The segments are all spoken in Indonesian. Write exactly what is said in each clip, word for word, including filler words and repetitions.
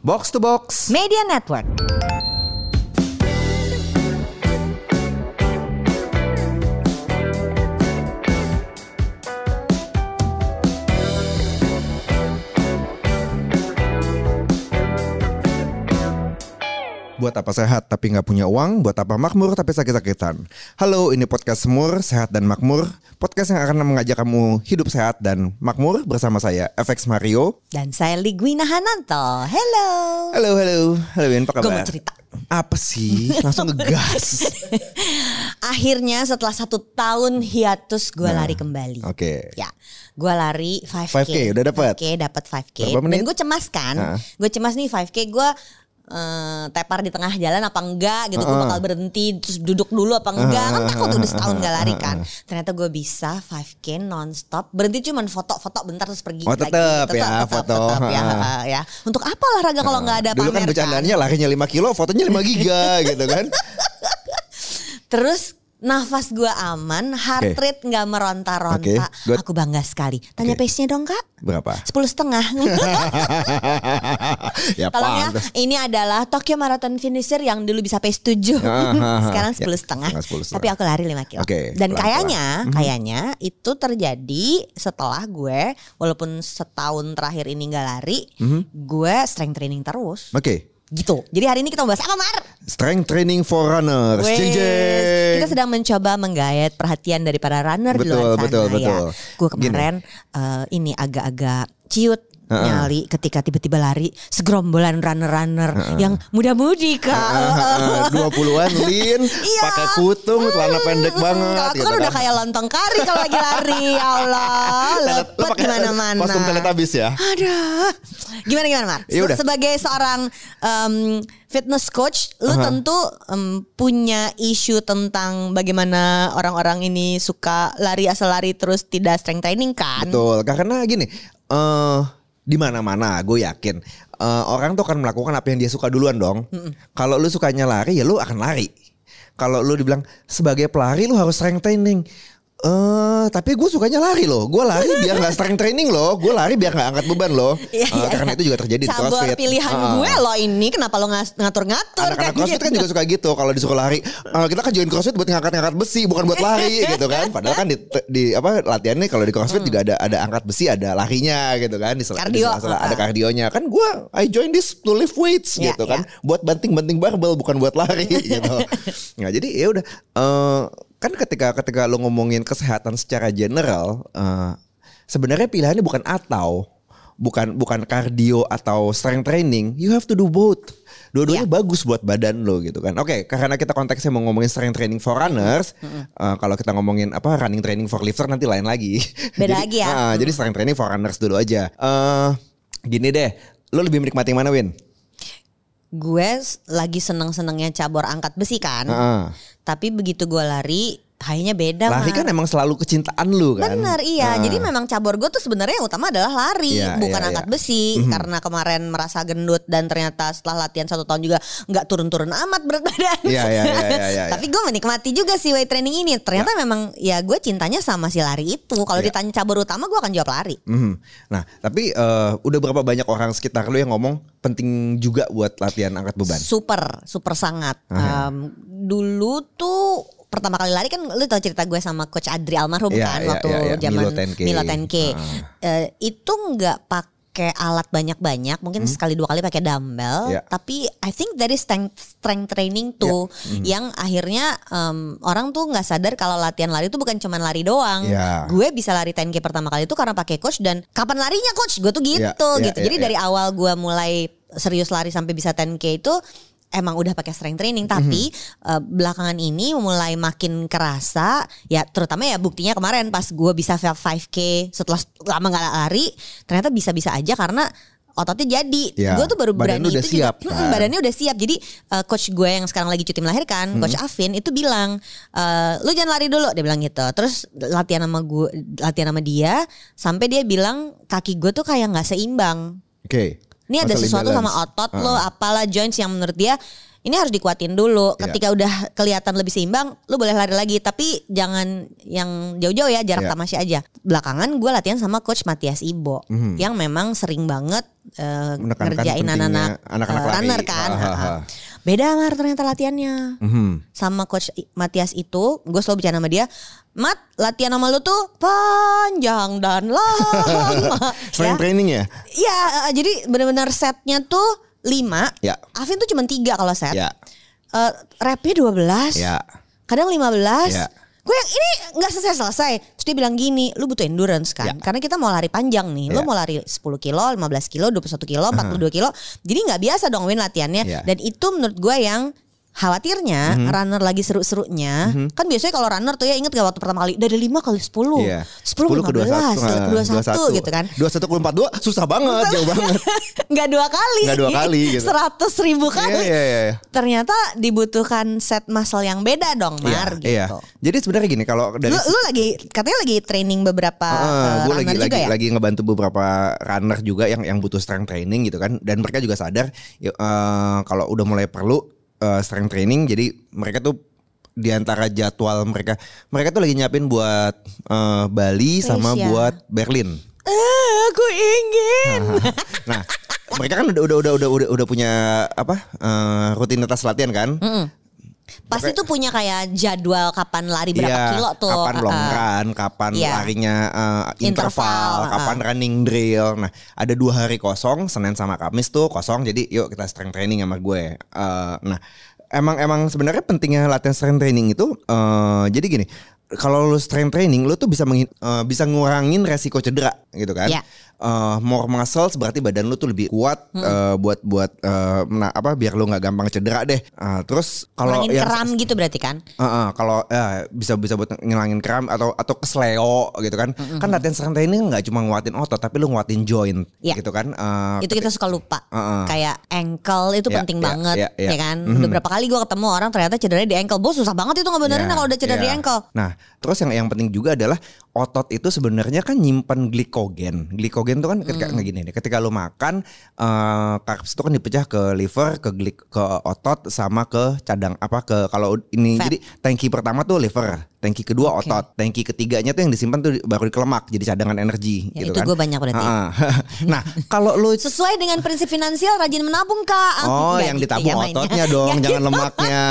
Box to Box Media Network. Buat apa sehat tapi gak punya uang? Buat apa makmur tapi sakit-sakitan? Halo, ini podcast Semur, Sehat dan Makmur. Podcast yang akan mengajak kamu hidup sehat dan makmur bersama saya, F X Mario. Dan saya Ligwina Hananto. Hello. Halo, halo. Halo Win, apa kabar? Gue mau cerita. Apa sih? Langsung ngegas. Akhirnya setelah satu tahun hiatus gue nah, lari kembali. Oke. Okay. Ya, gue lari lima K. lima K udah dapat. lima K dapat lima K. Berapa menit? Dan gue cemas kan. Nah. Gue cemas nih lima K gue Uh, tepar di tengah jalan apa enggak gitu, uh, gue bakal berhenti terus duduk dulu apa enggak, uh, kan takut udah setahun gak lari kan. Ternyata gue bisa lima K nonstop, berhenti cuman foto-foto bentar terus pergi oh, lagi. Tetep, tetep ya tetep, foto tetep, ya, uh, ya. Untuk apa olahraga uh, kalau nggak ada dulu pamer kan? Dulu kan bercandanya larinya lima kilo, fotonya lima giga gitu kan. Terus nafas gue aman, heart rate gak meronta-ronta. Okay, aku bangga sekali. Tanya okay. pace-nya dong kak. Berapa? Sepuluh setengah. Ya, tolong ya, ini adalah Tokyo Marathon finisher yang dulu bisa pace tujuh. Sekarang sepuluh setengah. Tapi aku lari lima kilo. Okay, Dan pelan-pelan. kayaknya, kayaknya itu terjadi setelah gue, walaupun setahun terakhir ini gak lari, mm-hmm. gue strength training terus. Oke. Okay. Gitu. Jadi hari ini kita mau bahas apa, Mar? Strength training for runners. Jeng jeng. Kita sedang mencoba menggayat perhatian dari para runner betul, di luar sana. Betul, betul, ya. Gue kemarin uh, ini agak-agak ciut. Uh-uh. Nyali ketika tiba-tiba lari segerombolan runner-runner uh-uh. yang muda-mudi kak. uh-uh. dua puluhan lean, pakai kutung, celana pendek banget. Kalau aku gitu kan udah kayak lontong kari kalau lagi lari. Ya Allah, lepet gimana-mana. Kostum Teletubbies ya. Ada. Gimana gimana Mar? Se- Sebagai seorang um, fitness coach, lu uh-huh. tentu um, punya isu tentang bagaimana orang-orang ini suka lari asal lari terus tidak strength training kan? Betul, karena gini. Eh uh, di mana-mana gue yakin uh, orang tuh akan melakukan apa yang dia suka duluan dong. Kalau lu sukanya lari ya lu akan lari. Kalau lu dibilang sebagai pelari lu harus strength training. Eh uh, tapi gue sukanya lari loh. Gue lari biar nggak strength training loh. Gue lari biar nggak angkat beban loh. Iya, uh, iya, karena iya. itu juga terjadi Cabur di CrossFit. Pilihan uh, gue loh ini. Kenapa lo ngatur-ngatur? Anak-anak kayak CrossFit gitu. kan juga suka gitu. Kalau disuruh lari, uh, kita kan join CrossFit buat ngangkat-ngangkat besi, bukan buat lari gitu kan. Padahal kan di, di apa latihannya kalau di CrossFit hmm. juga ada ada angkat besi, ada larinya gitu kan. Di Kardio. Di sela-sela ada kardionya. Kan gue I join this to lift weights yeah, gitu kan. Yeah. Buat banting-banting barbel bukan buat lari gitu. Nah, jadi ya udah. Uh, Kan ketika ketika lo ngomongin kesehatan secara general, uh, sebenarnya pilihannya bukan atau bukan bukan kardio atau strength training, you have to do both. Dua-duanya yeah. bagus buat badan lo gitu kan. Oke, okay, karena kita konteksnya mau ngomongin strength training for runners, mm-hmm. uh, kalau kita ngomongin apa running training for lifter nanti lain lagi. Beda jadi, lagi ya. Uh, jadi strength training for runners dulu aja. Uh, gini deh, lo lebih menikmati yang mana, Win? Gue lagi seneng-senengnya cabur angkat besi kan. Uh-uh. Tapi begitu gue lari, hanya beda. Lari kan emang selalu kecintaan lu kan. Bener iya. Uh. Jadi memang cabur gue tuh sebenarnya yang utama adalah lari, yeah, bukan yeah, angkat yeah. besi. Mm-hmm. Karena kemarin merasa gendut dan ternyata setelah latihan satu tahun juga nggak turun-turun amat berat badan. Yeah, yeah, yeah, yeah, yeah, Tapi gue menikmati juga si weight training ini. Ternyata yeah. memang ya gue cintanya sama si lari itu. Kalau yeah. ditanya cabur utama gue akan jawab lari. Mm-hmm. Nah tapi uh, udah berapa banyak orang sekitar lu yang ngomong penting juga buat latihan angkat beban? Super, super sangat. Uh-huh. Um, dulu tuh pertama kali lari kan lu tau cerita gue sama Coach Adri almarhum yeah, kan yeah, waktu yeah, yeah. zaman Milo sepuluh K. Uh. Uh, itu nggak pakai alat banyak-banyak, mungkin hmm. sekali dua kali pakai dumbbell. Yeah. Tapi I think that is strength, strength training tuh, yeah. mm. yang akhirnya um, orang tuh nggak sadar kalau latihan lari itu bukan cuma lari doang. Yeah. Gue bisa lari sepuluh K pertama kali itu karena pakai coach dan kapan larinya coach? Gue tuh gitu, yeah, yeah, gitu. Yeah, Jadi yeah. dari awal gue mulai serius lari sampai bisa sepuluh K itu emang udah pakai strength training, tapi mm-hmm. uh, belakangan ini mulai makin kerasa ya, terutama ya buktinya kemarin pas gue bisa lima K setelah lama gak lari, ternyata bisa-bisa aja karena ototnya jadi. Ya, gue tuh baru berani udah itu siap, juga kan? hmm, badannya udah siap. Jadi uh, coach gue yang sekarang lagi cuti melahirkan, hmm. Coach Afin itu bilang, uh, lu jangan lari dulu, dia bilang gitu. Terus latihan sama gue, latihan sama dia sampai dia bilang kaki gue tuh kayak nggak seimbang. Oke. Okay. Ini ada sesuatu imbalance sama otot uh. lo, apalah joints yang menurut dia ini harus dikuatin dulu. Ketika yeah. udah kelihatan lebih seimbang, lu boleh lari lagi. Tapi jangan yang jauh-jauh ya, jarak yeah. tamasya aja. Belakangan gue latihan sama coach Matias Ibo mm-hmm. yang memang sering banget uh, ngerjain anak-anak, anak-anak uh, runner kan. Ah, ah, ah. Beda Mar ternyata latihannya mm-hmm. sama coach Matias itu. Gue selalu bicara sama dia, Mat, latihan sama lu tuh panjang dan lama. Strength ya? Training ya? Iya, uh, jadi benar-benar setnya tuh lima, ya. Alvin tuh cuma tiga kalau set. Ya. Uh, repnya dua belas, ya. kadang lima belas. Ya. Gue yang ini gak selesai-selesai. Terus dia bilang gini, lu butuh endurance kan. Ya. Karena kita mau lari panjang nih. Ya. Lu mau lari sepuluh kilo, lima belas kilo, dua puluh satu kilo, empat puluh dua kilo. Jadi gak biasa dong Win latihannya. Ya. Dan itu menurut gue yang khawatirnya mm-hmm. runner lagi seru-serunya mm-hmm. kan biasanya kalau runner tuh ya inget gak waktu pertama kali dari lima kali sepuluh yeah. sepuluh ke lima belas ke dua puluh satu gitu kan dua puluh satu ke empat puluh dua susah banget jauh banget nggak dua kali nggak dua kali gitu. seratus ribu kali yeah, yeah, yeah. ternyata dibutuhkan set muscle yang beda dong Mar yeah, gitu yeah. Jadi sebenarnya gini kalau dari lu, lu lagi katanya lagi training beberapa uh, uh, gue lagi juga lagi ya? lagi ngebantu beberapa runner juga yang yang butuh strength training gitu kan dan mereka juga sadar uh, kalau udah mulai perlu Uh, strength training, jadi mereka tuh di antara jadwal mereka, mereka tuh lagi nyiapin buat uh, Bali Malaysia. Sama buat Berlin. Eh, aku ingin. Nah, mereka kan udah udah udah udah udah, udah punya apa uh, rutinitas latihan kan? Mm-mm. Pasti tuh punya kayak jadwal kapan lari berapa iya, kilo tuh. Kapan long uh, run, kapan iya. larinya uh, interval, interval, kapan uh. running drill. Nah ada dua hari kosong, Senin sama Kamis tuh kosong. Jadi yuk kita strength training sama gue. Uh, nah emang emang sebenarnya pentingnya latihan strength training itu. Uh, jadi gini, kalau lu strength training, lu tuh bisa mengin, uh, bisa ngurangin resiko cedera gitu kan. Yeah. Uh, more muscles berarti badan lu tuh lebih kuat hmm. uh, buat buat uh, nah, apa biar lu nggak gampang cedera deh. Uh, terus kalau ngilangin kram gitu berarti kan? Uh, uh, kalau ya bisa bisa buat ngilangin kram atau atau kesleo gitu kan? Mm-hmm. Kan latihan strength training nggak cuma nguatin otot tapi lu nguatin joint yeah. gitu kan? Uh, itu kita suka lupa. Uh, uh. Kayak ankle itu yeah, penting yeah, banget yeah, yeah. ya kan? Mm-hmm. Udah berapa kali gue ketemu orang ternyata cederanya di ankle. Bos susah banget itu ngebenerin yeah, kalau udah cedera yeah. di ankle. Nah terus yang yang penting juga adalah otot itu sebenarnya kan nyimpan glikogen. Glikogen itu kan ketika mm. gini nih, ketika lu makan uh, carbs itu kan dipecah ke liver, ke glik, ke otot sama ke cadang apa ke kalau ini fat. Jadi tangki pertama tuh liver, tangki kedua okay. otot, tangki ketiganya tuh yang disimpan tuh baru di lemak jadi cadangan energi ya, gitu itu kan. Gue banyak berarti. Nah, kalau lu sesuai dengan prinsip finansial rajin menabung Kak. Oh, yang gitu ditabung ya, ototnya dong, jangan gitu. Lemaknya.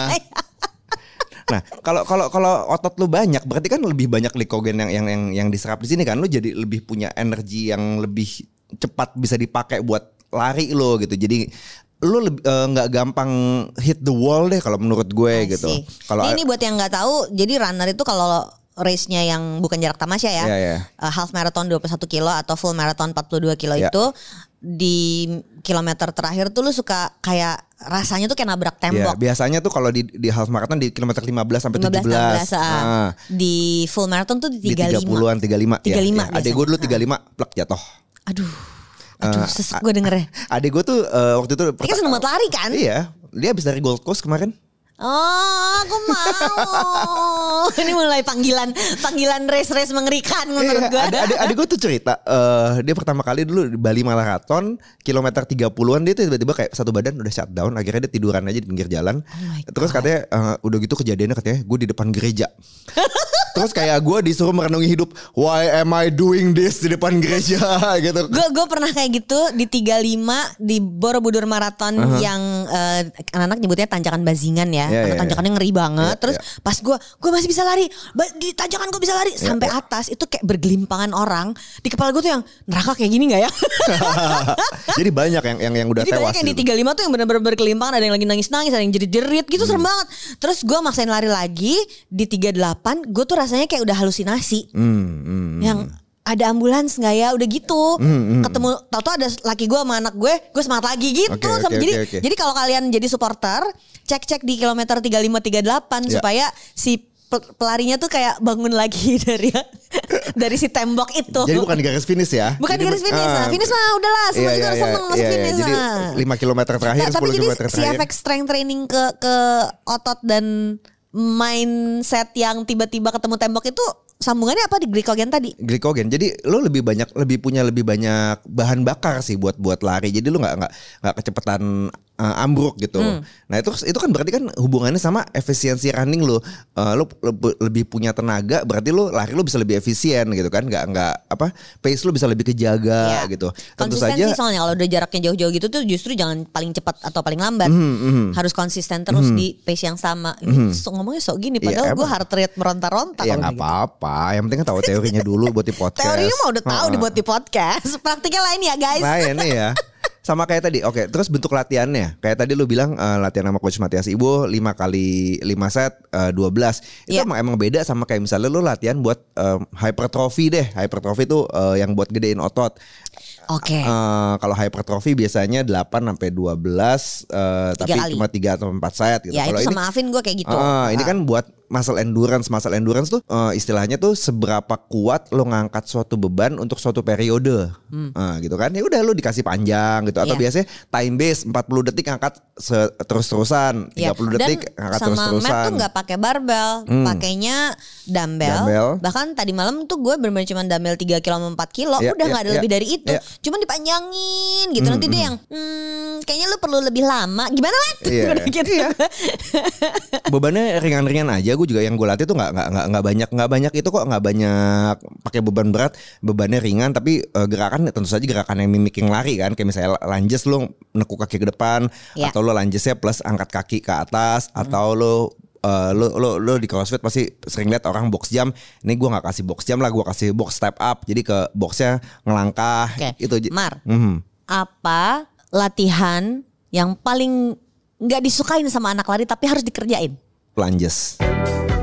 Nah, kalau kalau kalau otot lu banyak, berarti kan lebih banyak glikogen yang yang yang yang diserap di sini kan, lu jadi lebih punya energi yang lebih cepat bisa dipakai buat lari lo gitu. Jadi lu nggak uh, gampang hit the wall deh kalau menurut gue I gitu. Kalau ini, ini buat yang nggak tahu, jadi runner itu kalau race-nya yang bukan jarak tamasya ya, yeah, yeah. Uh, half marathon dua puluh satu kilo atau full marathon empat puluh dua kilo yeah. itu di kilometer terakhir tuh lu suka kayak rasanya tuh kayak nabrak tembok. Yeah, biasanya tuh kalau di di half marathon di kilometer lima belas sampai tujuh belas. Nah. Di full marathon tuh di tiga puluh lima. Di tiga puluhan, tiga puluh lima. tiga puluh lima ya, ya. Adek gue dulu tiga puluh lima plak jatuh. Aduh. Aduh, uh, sesek gue denger ya. Adek gue tuh uh, waktu itu dia kan seneng banget lari kan? Iya, dia habis dari Gold Coast kemarin. Oh, aku mau. Ini mulai panggilan panggilan race-race mengerikan menurut gue. Ada adik gue tuh cerita, uh, dia pertama kali dulu di Bali Marathon, kilometer tiga puluhan dia tuh tiba-tiba kayak satu badan udah shutdown, akhirnya dia tiduran aja di pinggir jalan. Oh terus katanya uh, udah gitu kejadiannya katanya gue di depan gereja. Terus kayak gue disuruh merenungi hidup, why am I doing this di depan gereja gitu. Gue gue pernah kayak gitu di tiga puluh lima di Borobudur Marathon uh-huh. yang uh, anak-anak nyebutnya tanjakan bajingan ya. Yeah, karena yeah, tanjakannya ngeri banget. Yeah, Terus yeah. pas gue, gue masih bisa lari. Di tanjakan gue bisa lari yeah, sampai yeah. atas itu kayak bergelimpangan orang. Di kepala gue tuh yang neraka kayak gini nggak ya? Jadi banyak yang yang yang udah Jadi tewas. Jadi banyak yang gitu. Di tiga puluh lima tuh yang benar-benar bergelimpangan. Ada yang lagi nangis-nangis, ada yang jerit-jerit gitu hmm. serem banget. Terus gue maksain lari lagi di tiga puluh delapan. Gue tuh rasanya kayak udah halusinasi. Hmm, hmm, yang ada ambulans nggak ya udah gitu mm, mm. ketemu tau-tau ada laki gue sama anak gue gue semangat lagi gitu okay, okay, jadi okay, okay. jadi kalau kalian jadi supporter cek-cek di kilometer tiga puluh lima tiga puluh delapan yeah. supaya si pelarinya tuh kayak bangun lagi dari dari si tembok itu. Jadi bukan di garis finish ya? Bukan jadi, di garis finish. Uh, nah, finish mah udahlah semua iya, juga iya, seneng masuk iya, finish. Jadi lima kilometer terakhir, nah, sepuluh kilometer terakhir. Tapi jadi si efek strength training ke ke otot dan mindset yang tiba-tiba ketemu tembok itu sambungannya apa di glikogen tadi? Glikogen. Jadi lo lebih banyak lebih punya lebih banyak bahan bakar sih buat buat lari. Jadi lo nggak nggak nggak kecepatan uh, ambruk gitu. Hmm. Nah itu itu kan berarti kan hubungannya sama efisiensi running lo. Uh, lo le- lebih punya tenaga, berarti lo lari lo bisa lebih efisien gitu kan? Nggak nggak apa pace lo bisa lebih kejaga ya. Gitu. Tentu konsistensi saja. Soalnya kalau udah jaraknya jauh-jauh gitu tuh justru jangan paling cepat atau paling lambat. Hmm, hmm. Harus konsisten terus hmm. di pace yang sama. Hmm. So, ngomongnya sok gini, padahal ya, gue heart rate meronta-ronta. Ya nggak apa-apa. Yang penting kan tahu teorinya dulu buat di podcast. Teorinya mah udah tahu dibuat di podcast. Praktiknya lain ya guys. Lain ya. Sama kayak tadi, oke. Terus bentuk latihannya, kayak tadi lu bilang uh, latihan sama Coach Matias Ibo lima kali lima set uh, dua belas. Itu yeah. emang, emang beda sama kayak misalnya lu latihan buat uh, hypertrophy deh. Hypertrophy tuh uh, yang buat gedein otot. Oke. Okay. Uh, kalau hypertrophy biasanya delapan sampai dua belas uh, tapi kali. Cuma tiga atau empat set gitu. Ya, kalau itu ini sama Afin gue kayak gitu. Uh, uh. Ini kan buat muscle endurance. Muscle endurance tuh uh, istilahnya tuh seberapa kuat lo ngangkat suatu beban untuk suatu periode. Hmm. Uh, gitu kan. Ya udah lo dikasih panjang gitu atau yeah. biasanya time base empat puluh detik ngangkat terus-terusan, tiga puluh yeah. detik dan ngangkat terus-terusan. Dan sama Matt tuh gak pakai barbel, hmm. pakainya dumbbell. dumbbell. Bahkan tadi malam tuh gue bener-bener cuma dumbbell tiga kilo sama empat kilo, yeah, udah yeah, gak ada yeah. lebih dari itu. Yeah. Cuma dipanjangin gitu. Hmm, Nanti hmm. dia yang hmm, kayaknya lu perlu lebih lama. Gimana Matt? Yeah. gitu. Yeah. Bebannya ringan-ringan aja. Gue juga yang gue latih tuh nggak nggak nggak nggak banyak nggak banyak itu kok nggak banyak pakai beban berat, bebannya ringan tapi uh, gerakan tentu saja gerakan yang mimicking lari kan, kayak misalnya lunges lo nekuk kaki ke depan yeah. atau lo lungesnya plus angkat kaki ke atas hmm. atau lo Uh, lo, lo, lo di CrossFit pasti sering lihat orang box jump. Ini gue nggak kasih box jump lah, gue kasih box step up. Jadi ke boxnya ngelangkah. Okay. Itu. Mar, mm-hmm. apa latihan yang paling nggak disukain sama anak lari tapi harus dikerjain? Lunges.